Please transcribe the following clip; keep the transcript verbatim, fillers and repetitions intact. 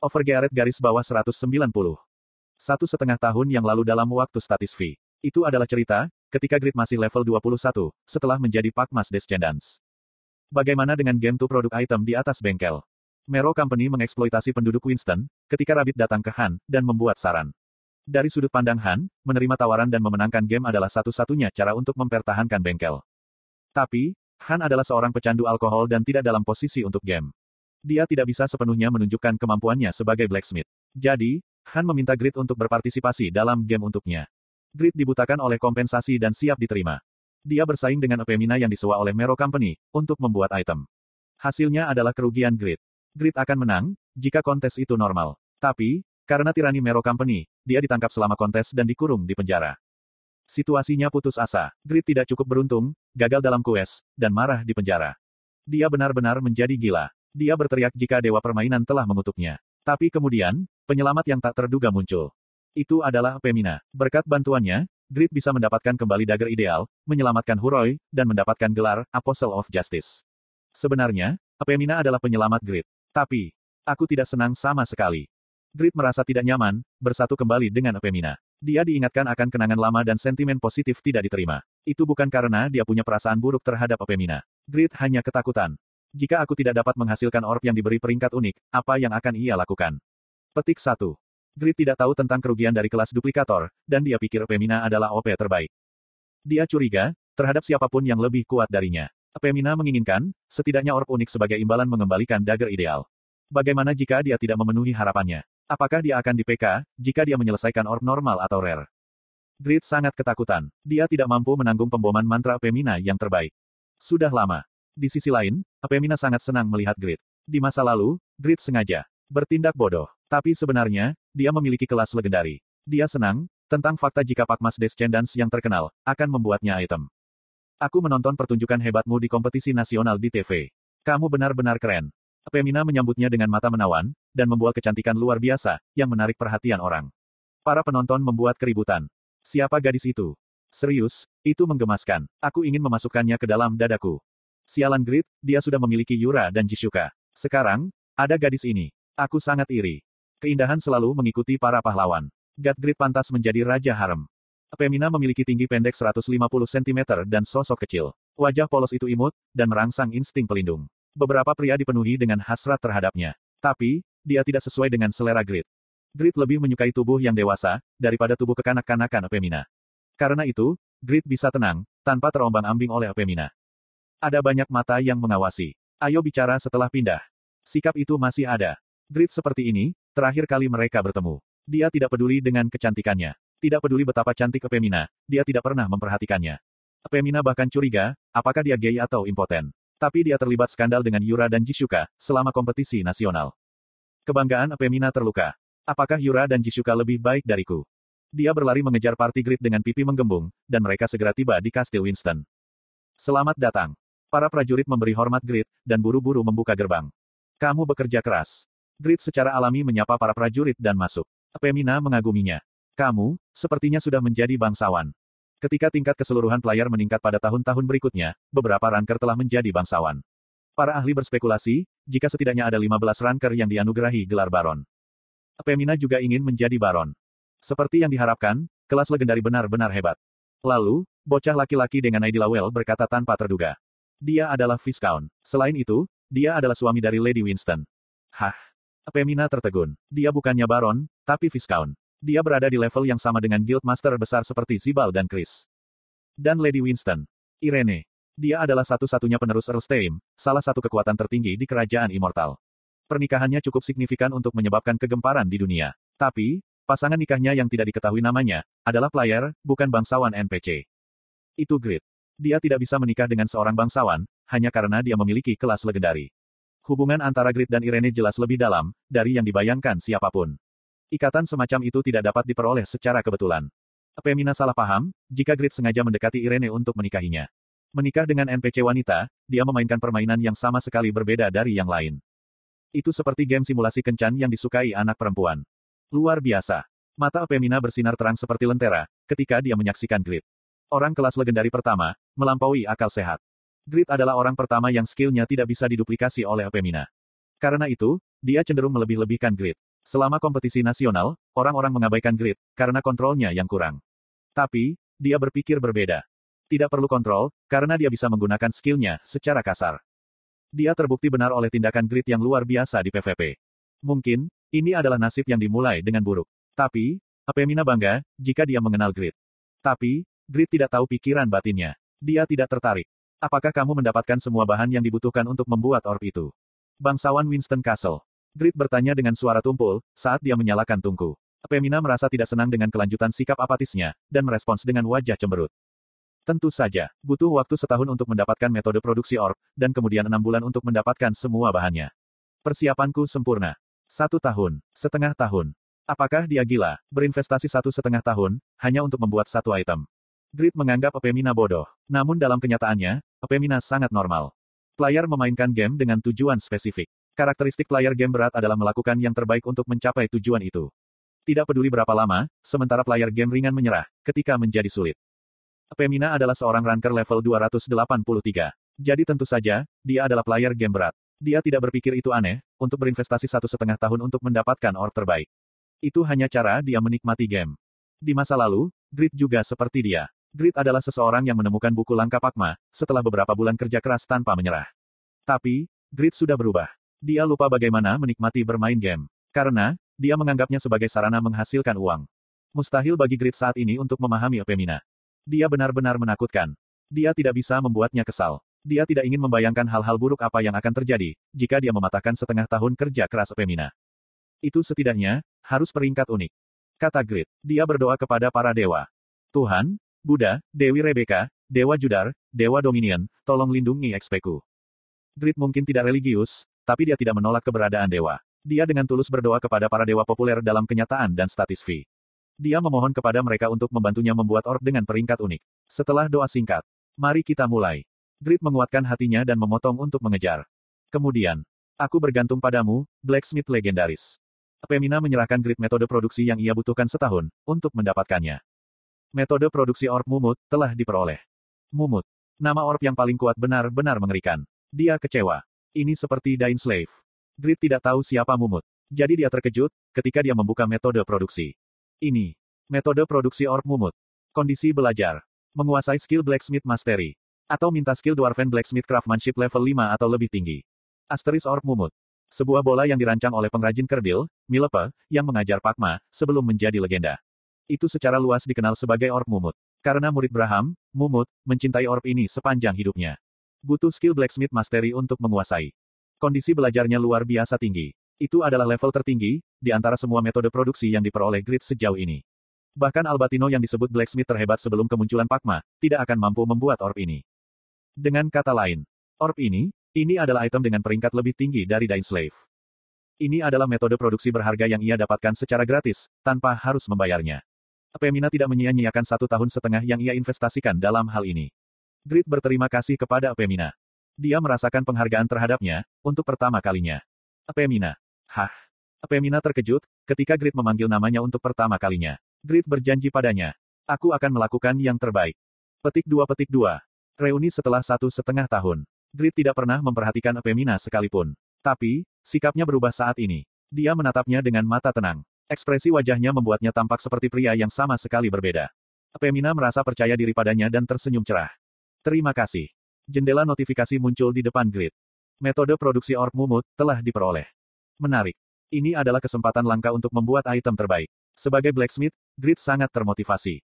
Overgeared garis bawah seratus sembilan puluh. Satu setengah tahun yang lalu dalam waktu statis V. Itu adalah cerita, ketika Grid masih level dua puluh satu, setelah menjadi Pakmas Descendants. Bagaimana dengan game to produk item di atas bengkel? Mero Company mengeksploitasi penduduk Winston, ketika Rabbit datang ke Han, dan membuat saran. Dari sudut pandang Han, menerima tawaran dan memenangkan game adalah satu-satunya cara untuk mempertahankan bengkel. Tapi, Han adalah seorang pecandu alkohol dan tidak dalam posisi untuk game. Dia tidak bisa sepenuhnya menunjukkan kemampuannya sebagai blacksmith. Jadi, Han meminta Grid untuk berpartisipasi dalam game untuknya. Grid dibutakan oleh kompensasi dan siap diterima. Dia bersaing dengan Epemina yang disewa oleh Mero Company, untuk membuat item. Hasilnya adalah kerugian Grid. Grid akan menang, jika kontes itu normal. Tapi, karena tirani Mero Company, dia ditangkap selama kontes dan dikurung di penjara. Situasinya putus asa. Grid tidak cukup beruntung, gagal dalam kues, dan marah di penjara. Dia benar-benar menjadi gila. Dia berteriak jika dewa permainan telah mengutuknya. Tapi kemudian, penyelamat yang tak terduga muncul. Itu adalah Epemina. Berkat bantuannya, Grid bisa mendapatkan kembali dagger ideal, menyelamatkan Huroi, dan mendapatkan gelar Apostle of Justice. Sebenarnya, Epemina adalah penyelamat Grid. Tapi, aku tidak senang sama sekali. Grid merasa tidak nyaman, bersatu kembali dengan Epemina. Dia diingatkan akan kenangan lama dan sentimen positif tidak diterima. Itu bukan karena dia punya perasaan buruk terhadap Epemina. Grid hanya ketakutan. Jika aku tidak dapat menghasilkan orb yang diberi peringkat unik, apa yang akan ia lakukan? Petik satu. Grid tidak tahu tentang kerugian dari kelas duplikator, dan dia pikir Epemina adalah O P terbaik. Dia curiga, terhadap siapapun yang lebih kuat darinya. Epemina menginginkan, setidaknya orb unik sebagai imbalan mengembalikan dagger ideal. Bagaimana jika dia tidak memenuhi harapannya? Apakah dia akan di P K, jika dia menyelesaikan orb normal atau rare? Grid sangat ketakutan. Dia tidak mampu menanggung pemboman mantra Epemina yang terbaik. Sudah lama. Di sisi lain, Epemina sangat senang melihat Grid. Di masa lalu, Grid sengaja bertindak bodoh. Tapi sebenarnya, dia memiliki kelas legendari. Dia senang, tentang fakta jika Pakmas Descendants yang terkenal, akan membuatnya item. Aku menonton pertunjukan hebatmu di kompetisi nasional di T V. Kamu benar-benar keren. Epemina menyambutnya dengan mata menawan, dan membuat kecantikan luar biasa, yang menarik perhatian orang. Para penonton membuat keributan. Siapa gadis itu? Serius, itu menggemaskan. Aku ingin memasukkannya ke dalam dadaku. Sialan Grid, dia sudah memiliki Yura dan Jishuka. Sekarang, ada gadis ini. Aku sangat iri. Keindahan selalu mengikuti para pahlawan. God Grid pantas menjadi raja harem. Epemina memiliki tinggi pendek seratus lima puluh sentimeter dan sosok kecil. Wajah polos itu imut, dan merangsang insting pelindung. Beberapa pria dipenuhi dengan hasrat terhadapnya. Tapi, dia tidak sesuai dengan selera Grid. Grid lebih menyukai tubuh yang dewasa, daripada tubuh kekanak-kanakan Epemina. Karena itu, Grid bisa tenang, tanpa terombang-ambing oleh Epemina. Ada banyak mata yang mengawasi. Ayo bicara setelah pindah. Sikap itu masih ada. Grid seperti ini, terakhir kali mereka bertemu. Dia tidak peduli dengan kecantikannya. Tidak peduli betapa cantik Epemina, dia tidak pernah memperhatikannya. Epemina bahkan curiga, apakah dia gay atau impoten. Tapi dia terlibat skandal dengan Yura dan Jishuka, selama kompetisi nasional. Kebanggaan Epemina terluka. Apakah Yura dan Jishuka lebih baik dariku? Dia berlari mengejar party Grid dengan pipi menggembung, dan mereka segera tiba di Kastil Winston. Selamat datang. Para prajurit memberi hormat Grid, dan buru-buru membuka gerbang. Kamu bekerja keras. Grid secara alami menyapa para prajurit dan masuk. Epemina mengaguminya. Kamu, sepertinya sudah menjadi bangsawan. Ketika tingkat keseluruhan player meningkat pada tahun-tahun berikutnya, beberapa ranker telah menjadi bangsawan. Para ahli berspekulasi, jika setidaknya ada lima belas ranker yang dianugerahi gelar Baron. Epemina juga ingin menjadi Baron. Seperti yang diharapkan, kelas legendari benar-benar hebat. Lalu, bocah laki-laki dengan I D Lawel berkata tanpa terduga. Dia adalah Viscount. Selain itu, dia adalah suami dari Lady Winston. Hah? Epemina tertegun. Dia bukannya Baron, tapi Viscount. Dia berada di level yang sama dengan Guildmaster besar seperti Zibal dan Chris. Dan Lady Winston. Irene. Dia adalah satu-satunya penerus Earlstein, salah satu kekuatan tertinggi di kerajaan Immortal. Pernikahannya cukup signifikan untuk menyebabkan kegemparan di dunia. Tapi, pasangan nikahnya yang tidak diketahui namanya, adalah player, bukan bangsawan N P C. Itu Grid. Dia tidak bisa menikah dengan seorang bangsawan, hanya karena dia memiliki kelas legendari. Hubungan antara Grid dan Irene jelas lebih dalam, dari yang dibayangkan siapapun. Ikatan semacam itu tidak dapat diperoleh secara kebetulan. Epemina salah paham, jika Grid sengaja mendekati Irene untuk menikahinya. Menikah dengan N P C wanita, dia memainkan permainan yang sama sekali berbeda dari yang lain. Itu seperti game simulasi kencan yang disukai anak perempuan. Luar biasa. Mata Epemina bersinar terang seperti lentera, ketika dia menyaksikan Grid. Orang kelas legendari pertama, melampaui akal sehat. Grid adalah orang pertama yang skillnya tidak bisa diduplikasi oleh Epemina. Karena itu, dia cenderung melebih-lebihkan Grid. Selama kompetisi nasional, orang-orang mengabaikan Grid, karena kontrolnya yang kurang. Tapi, dia berpikir berbeda. Tidak perlu kontrol, karena dia bisa menggunakan skillnya secara kasar. Dia terbukti benar oleh tindakan Grid yang luar biasa di P V P. Mungkin, ini adalah nasib yang dimulai dengan buruk. Tapi, Apemina bangga, jika dia mengenal Grid. Tapi, Grid tidak tahu pikiran batinnya. Dia tidak tertarik. Apakah kamu mendapatkan semua bahan yang dibutuhkan untuk membuat orb itu? Bangsawan Winston Castle. Grid bertanya dengan suara tumpul, saat dia menyalakan tungku. Apemina merasa tidak senang dengan kelanjutan sikap apatisnya, dan merespons dengan wajah cemberut. Tentu saja, butuh waktu setahun untuk mendapatkan metode produksi orb, dan kemudian enam bulan untuk mendapatkan semua bahannya. Persiapanku sempurna. Satu tahun, setengah tahun. Apakah dia gila, berinvestasi satu setengah tahun, hanya untuk membuat satu item? Grid menganggap Apemina bodoh. Namun dalam kenyataannya, Apemina sangat normal. Player memainkan game dengan tujuan spesifik. Karakteristik player game berat adalah melakukan yang terbaik untuk mencapai tujuan itu. Tidak peduli berapa lama, sementara player game ringan menyerah, ketika menjadi sulit. Apemina adalah seorang ranker level dua ratus delapan puluh tiga. Jadi tentu saja, dia adalah player game berat. Dia tidak berpikir itu aneh, untuk berinvestasi satu setengah tahun untuk mendapatkan orb terbaik. Itu hanya cara dia menikmati game. Di masa lalu, Grid juga seperti dia. Grid adalah seseorang yang menemukan buku langka Pakma, setelah beberapa bulan kerja keras tanpa menyerah. Tapi, Grid sudah berubah. Dia lupa bagaimana menikmati bermain game. Karena, dia menganggapnya sebagai sarana menghasilkan uang. Mustahil bagi Grid saat ini untuk memahami Apemina. Dia benar-benar menakutkan. Dia tidak bisa membuatnya kesal. Dia tidak ingin membayangkan hal-hal buruk apa yang akan terjadi, jika dia mematahkan setengah tahun kerja keras Apemina. Itu setidaknya, harus peringkat unik. Kata Grid. Dia berdoa kepada para dewa. Tuhan, Buddha, Dewi Rebecca, Dewa Judar, Dewa Dominion, tolong lindungi X P-ku. Grid mungkin tidak religius, tapi dia tidak menolak keberadaan dewa. Dia dengan tulus berdoa kepada para dewa populer dalam kenyataan dan statis V. Dia memohon kepada mereka untuk membantunya membuat orb dengan peringkat unik. Setelah doa singkat, mari kita mulai. Grid menguatkan hatinya dan memotong untuk mengejar. Kemudian, aku bergantung padamu, Blacksmith legendaris. Apemina menyerahkan Grid metode produksi yang ia butuhkan setahun, untuk mendapatkannya. Metode produksi orb Mumut, telah diperoleh. Mumut. Nama orb yang paling kuat benar-benar mengerikan. Dia kecewa. Ini seperti Dying Slave. Grid tidak tahu siapa Mumut. Jadi dia terkejut, ketika dia membuka metode produksi. Ini. Metode produksi orb Mumut. Kondisi belajar. Menguasai skill Blacksmith Mastery. Atau minta skill Dwarven Blacksmith Craftsmanship level lima atau lebih tinggi. Asteris orb Mumut. Sebuah bola yang dirancang oleh pengrajin kerdil, Milepe, yang mengajar Pakma, sebelum menjadi legenda. Itu secara luas dikenal sebagai orb Mumut. Karena murid Braham, Mumut, mencintai orb ini sepanjang hidupnya. Butuh skill Blacksmith Mastery untuk menguasai. Kondisi belajarnya luar biasa tinggi. Itu adalah level tertinggi, di antara semua metode produksi yang diperoleh Grid sejauh ini. Bahkan Albatino yang disebut Blacksmith terhebat sebelum kemunculan Pakma, tidak akan mampu membuat orb ini. Dengan kata lain, orb ini, ini adalah item dengan peringkat lebih tinggi dari Dying Slave. Ini adalah metode produksi berharga yang ia dapatkan secara gratis, tanpa harus membayarnya. Apemina tidak menyia-nyiakan satu tahun setengah yang ia investasikan dalam hal ini. Grid berterima kasih kepada Apemina. Dia merasakan penghargaan terhadapnya, untuk pertama kalinya. Apemina. Hah. Apemina terkejut, ketika Grid memanggil namanya untuk pertama kalinya. Grid berjanji padanya. Aku akan melakukan yang terbaik. Petik dua petik dua. Reuni setelah satu setengah tahun. Grid tidak pernah memperhatikan Apemina sekalipun. Tapi, sikapnya berubah saat ini. Dia menatapnya dengan mata tenang. Ekspresi wajahnya membuatnya tampak seperti pria yang sama sekali berbeda. Apemina merasa percaya diri padanya dan tersenyum cerah. Terima kasih. Jendela notifikasi muncul di depan Grid. Metode produksi orb Mumut, telah diperoleh. Menarik. Ini adalah kesempatan langka untuk membuat item terbaik. Sebagai blacksmith, Grid sangat termotivasi.